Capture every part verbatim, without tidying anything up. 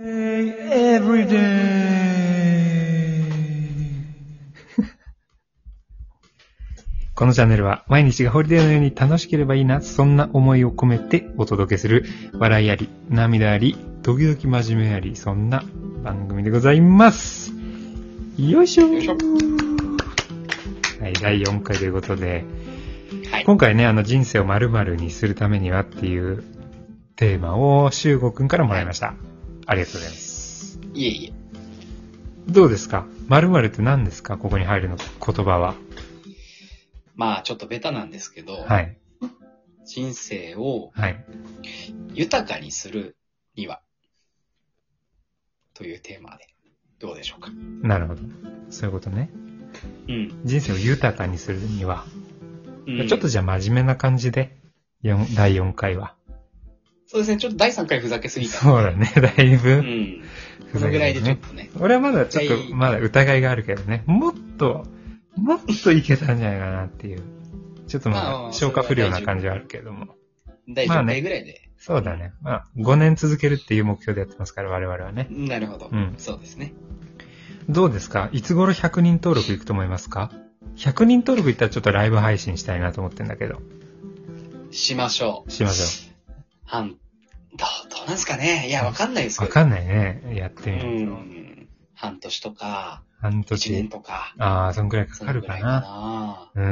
every day このチャンネルは毎日がホリデーのように楽しければいいな、そんな思いを込めてお届けする笑いあり、涙あり、時々真面目あり、そんな番組でございます。よいしょー。よいしょ。はい、だいよんかいということで、はい、今回ね、あの人生を〇〇にするためにはっていうテーマをしゅうごくんからもらいました。はい、ありがとうございます。 いえいえ。 どうですか？〇〇って何ですか？ここに入るの言葉は。 まあちょっとベタなんですけど、 はい、 人生を豊かにするには、というテーマでどうでしょうか。 なるほど、そういうことね。 うん、 人生を豊かにするには、 うん、 ちょっとじゃあ真面目な感じでだいよんかいは。 そうですね、ちょっとだいさんかいふざけすぎた。 そうだね、だいぶ、うん、 このぐらいでちょっとね。 俺はまだちょっとまだ疑いがあるけどね、もっともっといけたんじゃないかなっていう。ちょっとまあ、消化不良な感じはあるけども。 だいじゅっかいぐらいで、 まあね。そうだね。まあ、ごねん続けるっていう目標でやってますから、我々はね。 なるほど。うん。そうですね。 どうですか？いつ頃ひゃくにん登録いくと思いますか？ ひゃく 人登録いったらちょっとライブ配信したいなと思ってんだけど。 しましょう。 しましょう。 はん、どう、どうなんすかね？いや、わかんないですけど。 わかんないね。やってみると。うん。 半年とか。 半年。 いちねんとか。 ああ、そんくらいかかるかな。 そんくらいかな。うん。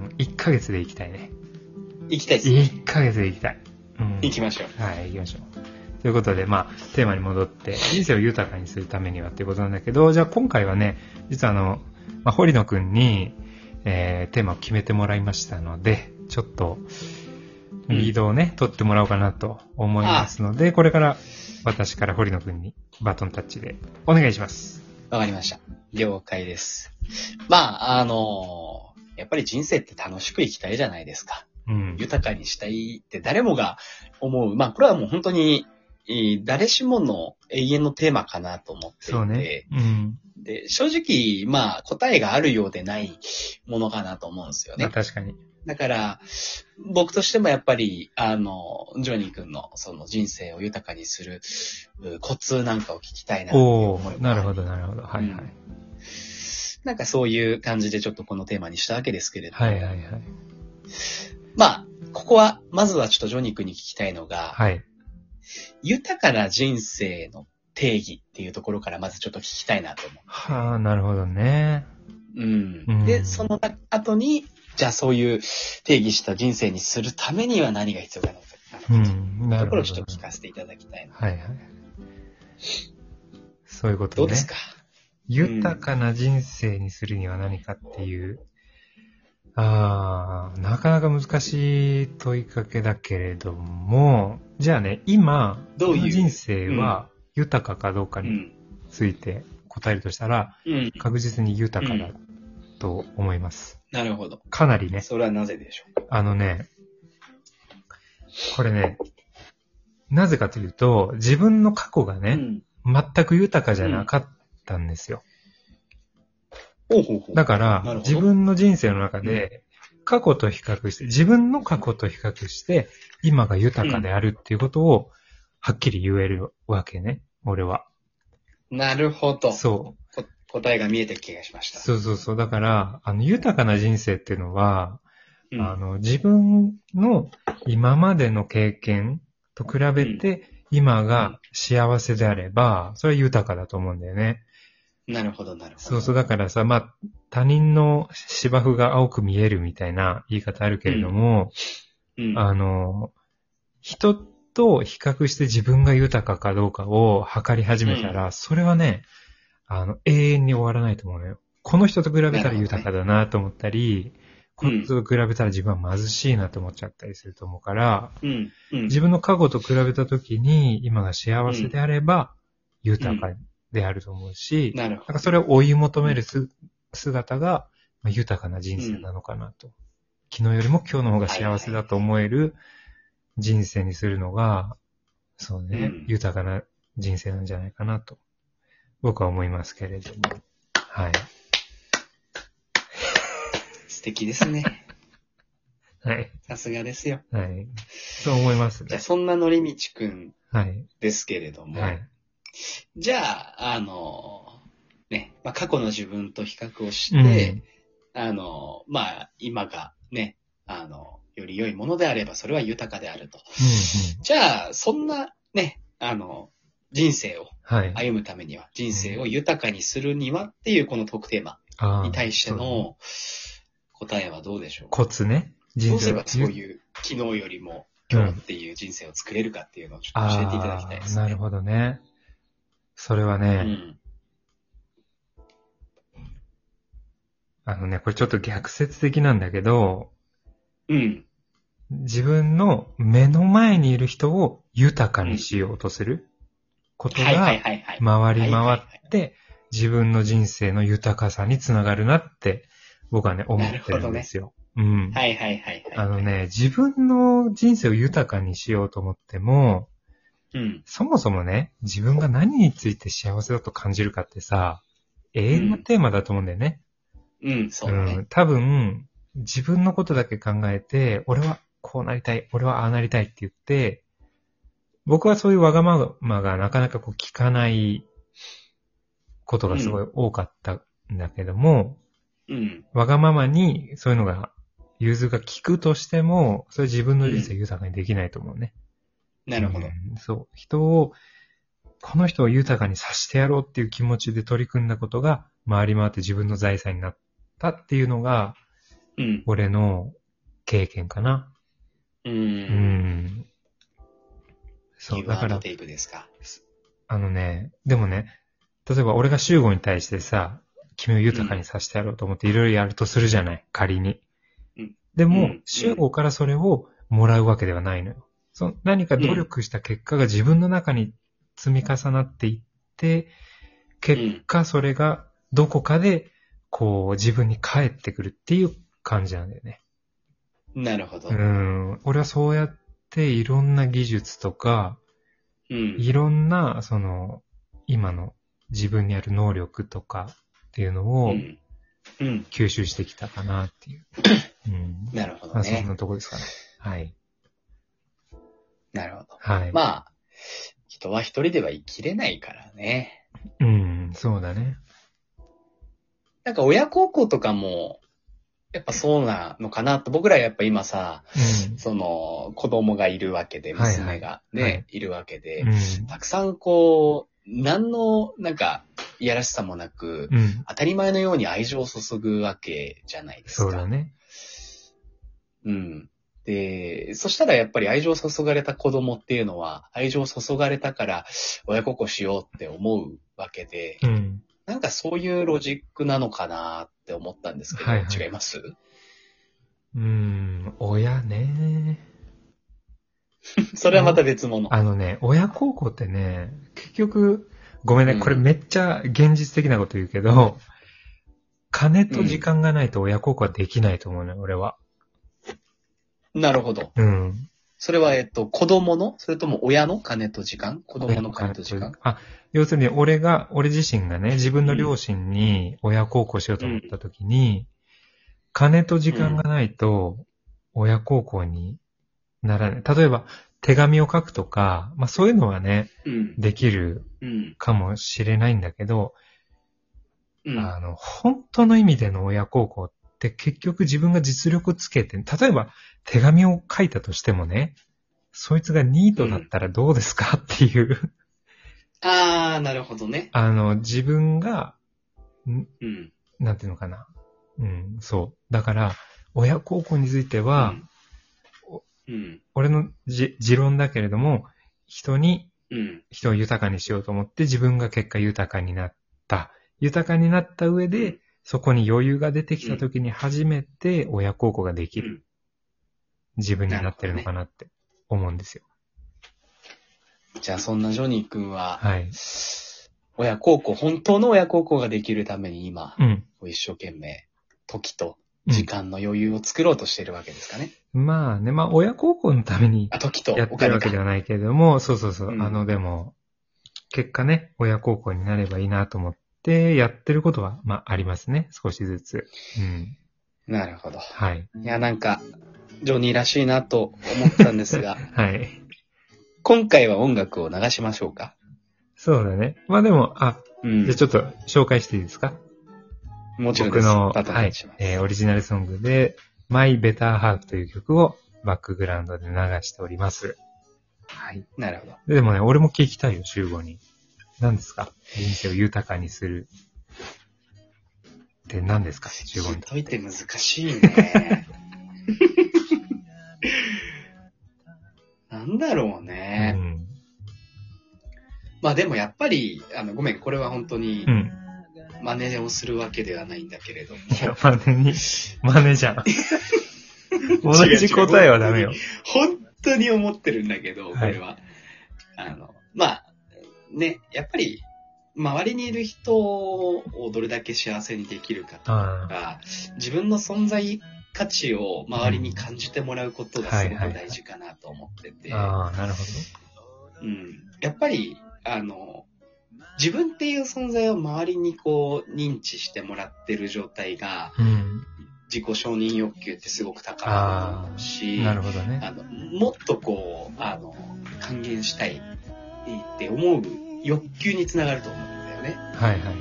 いっかげつで行きたいね。 行きたいですね。 いっかげつで行きたい。 うん。行きましょう。 はい、行きましょう。ということで、まあ、テーマに戻って、人生を豊かにするためにはっていうことなんだけど、じゃあ今回はね、実はあの、まあ、堀野くんに、えー、テーマを決めてもらいましたので、ちょっと、リードをね、うん、取ってもらおうかなと思いますので、これから私から堀野くんにバトンタッチでお願いします。 わかりました。了解です。まあ、あのー、やっぱり人生って楽しく生きたいじゃないですか。うん、豊かにしたいって誰もが思う。まあ、これはもう本当に、誰しもの永遠のテーマかなと思っていて。 そうね。うん、 で、正直、まあ、答えがあるようでないものかなと思うんですよね。 まあ、確かに。 だから、僕としてもやっぱり、あの、ジョニー君のその人生を豊かにするコツなんかを聞きたいなと思います。 なるほど、なるほど。はいはい、うん。 なんかそういう感じでちょっとこのテーマにしたわけですけれども。 はいはいはい。 まあ、ここは、まずはちょっとジョニー君に聞きたいのが、 はい。 豊かな人生の定義っていうところからまずちょっと聞きたいなと思う。 はあ、なるほどね。 うん。うん、で、その後に、じゃあそういう定義した人生にするためには何が必要かなのか。うん。なるほど。ところをちょっと聞かせていただきたいな。 はいはい。そういうことね。 どうですか？ 豊かな人生にするには何かっていう。うん、ああ、なかなか難しい問いかけだけれども、じゃあね、今、 どういう人生は豊かかどうかについて答えるとしたら、うん、確実に豊かだと思います。 うん、なるほど。 かなりね。 それはなぜでしょう？ あのね、これね、なぜかというと、自分の過去がね、うん、全く豊かじゃなかったんですよ。 ほうほうほう。 だから、自分の人生の中で、過去と比較して、自分の過去と比較して、今が豊かであるっていうことを、はっきり言えるわけね、俺は。 なるほど。 そう。 答えが見えてる気がしました。 そうそうそう。だから、あの、豊かな人生っていうのは、うん、あの、自分の今までの経験と比べて、今が幸せであれば、それは豊かだと思うんだよね。 なるほど、なるほど。 そうそう、だからさ、まあ、他人の芝生が青く見えるみたいな言い方あるけれども、うんうん、あの、人と比較して自分が豊かかどうかを測り始めたら、うん、それはね、あの、永遠に終わらないと思うのよ。この人と比べたら豊かだなと思ったり、ね、この人と比べたら自分は貧しいなと思っちゃったりすると思うから、うんうん、自分の過去と比べたときに今が幸せであれば豊かであると思うし、 うん、なるほど。 だからそれを追い求めるす、うん、姿が豊かな人生なのかなと、うん。昨日よりも今日の方が幸せだと思える人生にするのが、そうね、うん、豊かな人生なんじゃないかなと僕は思いますけれども。はい。 素敵ですね。 はい。 さすがですよ。 はい。そう思いますね。 じゃあそんなのりみちくんですけれども、 はい。 じゃあ、あの、ね、まあ、過去の自分と比較をして、うん、あの、まあ、今がね、あの、より良いものであれば、それは豊かであると。うんうん、じゃあ、そんなね、あの、人生を歩むためには、はい、人生を豊かにするにはっていうこのトークテーマに対しての答えはどうでしょうか。 コツね。 どうすればそういう昨日よりも今日っていう人生を作れるかっていうのをちょっと教えていただきたいですね。 なるほどね。それはね、うん、あのね、これちょっと逆説的なんだけど、うん。自分の目の前にいる人を豊かにしようとすることが、回り回って自分の人生の豊かさにつながるなって僕はね、思ってるんですよ。うん。 はいはいはい、はい。 あのね、自分の人生を豊かにしようと思っても、うん、そもそもね、自分が何について幸せだと感じるかってさ、永遠のテーマだと思うんだよね。 うん、うん、そうだね。うん、 多分、自分のことだけ考えて、俺はこうなりたい、俺はああなりたいって言って、僕はそういうわがままがなかなかこう聞かないことがすごい多かったんだけども、うん、わがままにそういうのが、融通が効くとしても、それ自分の人生豊かにできないと思うね。 うん、なるほど、 うん。そう。人を、この人を豊かにさせてやろうっていう気持ちで取り組んだことが、回り回って自分の財産になったっていうのが、うん、俺の経験かな。 うん。うん。 そう、だから、 テープですか。 あのね、でもね、例えば俺が集合に対してさ、君を豊かにさせてやろうと思っていろいろやるとするじゃない、仮に。うん、でも、うん、集合からそれをもらうわけではないのよ。その何か努力した結果が自分の中に積み重なっていって、結果それがどこかでこう自分に返ってくるっていう感じなんだよね。 なるほど。 うん。俺はそうやっていろんな技術とか、うん、いろんなその今の自分にある能力とかっていうのを吸収してきたかなっていう。 うん、なるほどね。 まあ、そんなとこですかね。はい。 なるほど。 はい。 まあ、人は一人では生きれないからね。 うん、そうだね。 なんか親孝行とかも、やっぱそうなのかなと、僕らやっぱ今さ、うん、その子供がいるわけで、娘がね、はいはい、いるわけで、うん、たくさんこう、何のなんか、いやらしさもなく、うん、当たり前のように愛情を注ぐわけじゃないですか。 そうだね。 うん。で、そしたらやっぱり愛情を注がれた子供っていうのは、愛情を注がれたから親孝行しようって思うわけで、うん、なんかそういうロジックなのかなって思ったんですけど、はいはい、違います？ うーん、親ね。 それはまた別物。 あのね、親孝行ってね、結局、ごめんね、うん、これめっちゃ現実的なこと言うけど、金と時間がないと親孝行はできないと思うね、うん、俺は。 なるほど。 うん。 それは、えっと、子供のそれとも親の金と時間子供の金と時間あ、要するに俺が、俺自身がね、自分の両親に親孝行しようと思った時に、うん、金と時間がないと親孝行にならない。例えば、手紙を書くとか、まあそういうのはね、うん、できるかもしれないんだけど、うん、あの、本当の意味での親孝行って結局自分が実力つけて、例えば手紙を書いたとしてもね、そいつがニートだったらどうですか、うん、っていう。 あー、なるほどね。 あの、自分が、うん、なんていうのかな。うん、そう。だから、親孝行については、うんうん、俺のじ持論だけれども、人に、うん、人を豊かにしようと思って自分が結果豊かになった。豊かになった上で、うん、そこに余裕が出てきた時に初めて親孝行ができる。うん、自分になってるのかなって思うんですよ。 ね、じゃあそんなジョニー君は、 はい、 親孝行、本当の親孝行ができるために今、うん、一生懸命、時と時間の余裕を作ろうとしているわけですかね。 うん、まあね、まあ親孝行のためにやってるわけではないけれども、そうそうそう、うん、あのでも、結果ね、親孝行になればいいなと思ってやってることは、まあありますね、少しずつ。うん。 なるほど。 はい。 いや、なんか、ジョニーらしいなと思ったんですが、 はい。 今回は音楽を流しましょうか。 そうだね。まあでも、あ、うん、じゃあちょっと紹介していいですか？ もちろんです。 僕の、はい、えー、オリジナルソングで、My Better Half という曲をバックグラウンドで流しております。 はい。なるほど。 でもね、俺も聞きたいよ、集合に。何ですか？人生を豊かにする。って何ですか？集合に。 聞いといて難しいね。なんだろうね。うん、まあでもやっぱり、あの、ごめん、これは本当に、真似をするわけではないんだけれども。 いや、真似に、真似じゃん。同じ答えはダメよ。 本当に思ってるんだけど、これは。はい、あの、まあ、ね、やっぱり、周りにいる人をどれだけ幸せにできるかとか、自分の存在価値を周りに感じてもらうことがすごく大事かなと思ってて。 ああ、なるほど。うん。やっぱり、あの、自分っていう存在を周りにこう認知してもらってる状態が、うん、自己承認欲求ってすごく高まると思うし、 なるほどね。 あの、もっとこう、あの、還元したいって思う欲求につながると思うんだよね。 はいはい。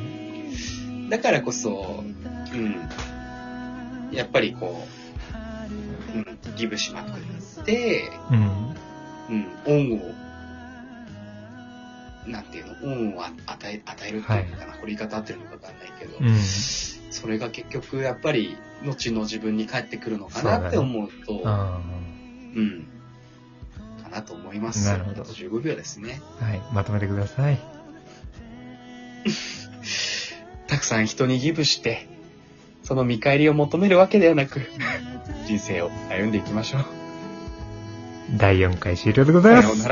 だからこそ、うん、やっぱりこう、うん、ギブしまくって、うん、うん、恩を、なんていうの、恩を与え、与えるっていうのかな、はい、これ言い方合ってるのかわかんないけど、うん、それが結局やっぱり、後の自分に返ってくるのかなって思うと、うね、うん、かなと思います。 なるほど。 あとじゅうごびょうですね。 はい、まとめてください。 たくさん人にギブして、その見返りを求めるわけではなく、人生を歩んでいきましょう。 だいよんかい終了でございます。